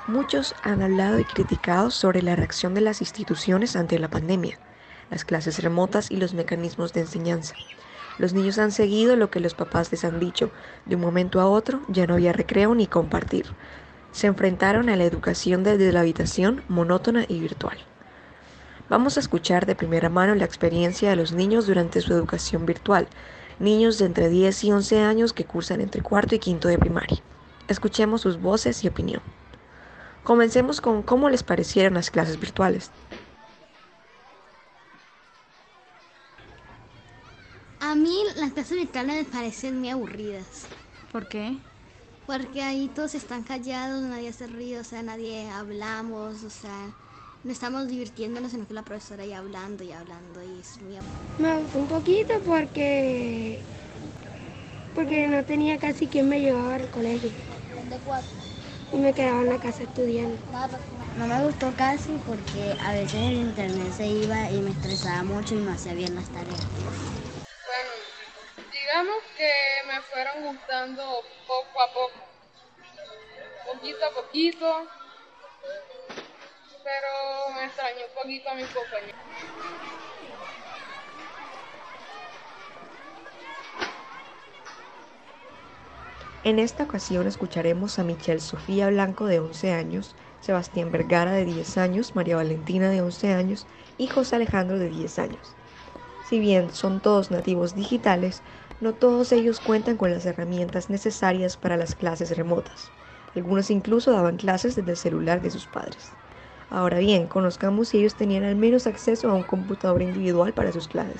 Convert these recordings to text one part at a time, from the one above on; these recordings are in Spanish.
Muchos han hablado y criticado sobre la reacción de las instituciones ante la pandemia, las clases remotas y los mecanismos de enseñanza. Los niños han seguido lo que los papás les han dicho. De un momento a otro ya no había recreo ni compartir. Se enfrentaron a la educación desde la habitación, monótona y virtual. Vamos a escuchar de primera mano la experiencia de los niños durante su educación virtual, niños de entre 10 y 11 años que cursan entre cuarto y quinto de primaria. Escuchemos sus voces y opinión. Comencemos con cómo les parecieron las clases virtuales. A mí las clases virtuales me parecen muy aburridas, ¿Por qué? porque ahí todos están callados, nadie hace ruido, o sea, nadie hablamos, o sea, no estamos divirtiéndonos, sino que la profesora ahí hablando y hablando y es muy aburrido. Me gustó un poquito porque no tenía casi quien me llevaba al colegio y me quedaba en la casa estudiando. No me gustó casi porque a veces el internet se iba y me estresaba mucho y no hacía bien las tareas. Bueno, digamos que me fueron gustando poco a poco, poquito a poquito, pero me extrañó un poquito a mis compañeros. En esta ocasión escucharemos a Michelle Sofía Blanco de 11 años, Sebastián Vergara de 10 años, María Valentina de 11 años y José Alejandro de 10 años. Si bien son todos nativos digitales, no todos ellos cuentan con las herramientas necesarias para las clases remotas. Algunos incluso daban clases desde el celular de sus padres. Ahora bien, conozcamos si ellos tenían al menos acceso a un computador individual para sus clases.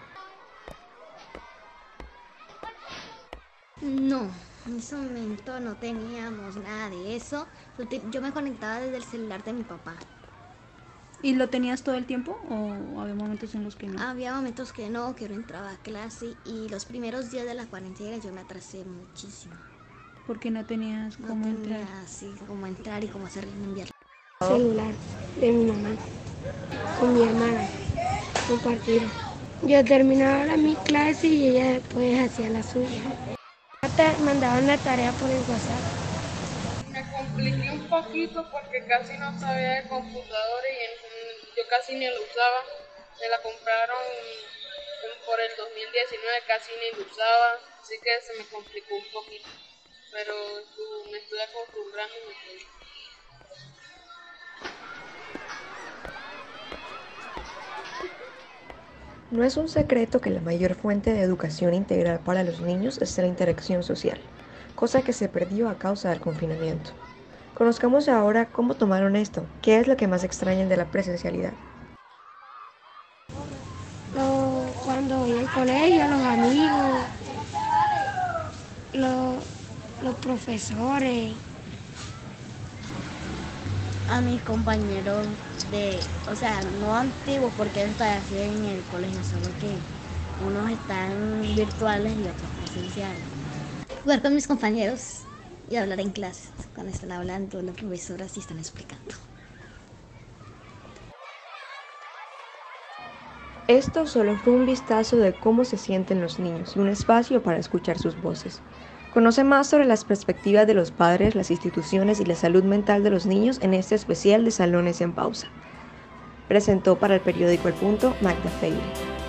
No, en ese momento no teníamos nada de eso, yo me conectaba desde el celular de mi papá. ¿Y lo tenías todo el tiempo o había momentos en los que no? Había momentos que no entraba a clase y los primeros días de la cuarentena yo me atrasé muchísimo. Porque no tenías cómo No tenía entrar. así cómo entrar y cómo hacer enviar. Celular de mi mamá con mi hermana compartido. Yo terminaba mi clase y ella después hacía la suya. Mandaban la tarea por el WhatsApp. Me compliqué un poquito porque casi no sabía de computadores y yo casi ni lo usaba. Me la compraron por el 2019, casi ni lo usaba, así que se me complicó un poquito. Pero me estoy acostumbrando y me estoy... No es un secreto que la mayor fuente de educación integral para los niños es la interacción social, cosa que se perdió a causa del confinamiento. Conozcamos ahora cómo tomaron esto, qué es lo que más extrañan de la presencialidad. Cuando voy al colegio, los amigos, los profesores. A mis compañeros o sea, no antiguos porque ellos todavía siguen en el colegio, solo que unos están virtuales y otros presenciales. Jugar con mis compañeros y hablar en clases cuando están hablando, las profesoras y están explicando. Esto solo fue un vistazo de cómo se sienten los niños y un espacio para escuchar sus voces. Conoce más sobre las perspectivas de los padres, las instituciones y la salud mental de los niños en este especial de Salones en Pausa. Presentó para el periódico El Punto Magda Feire.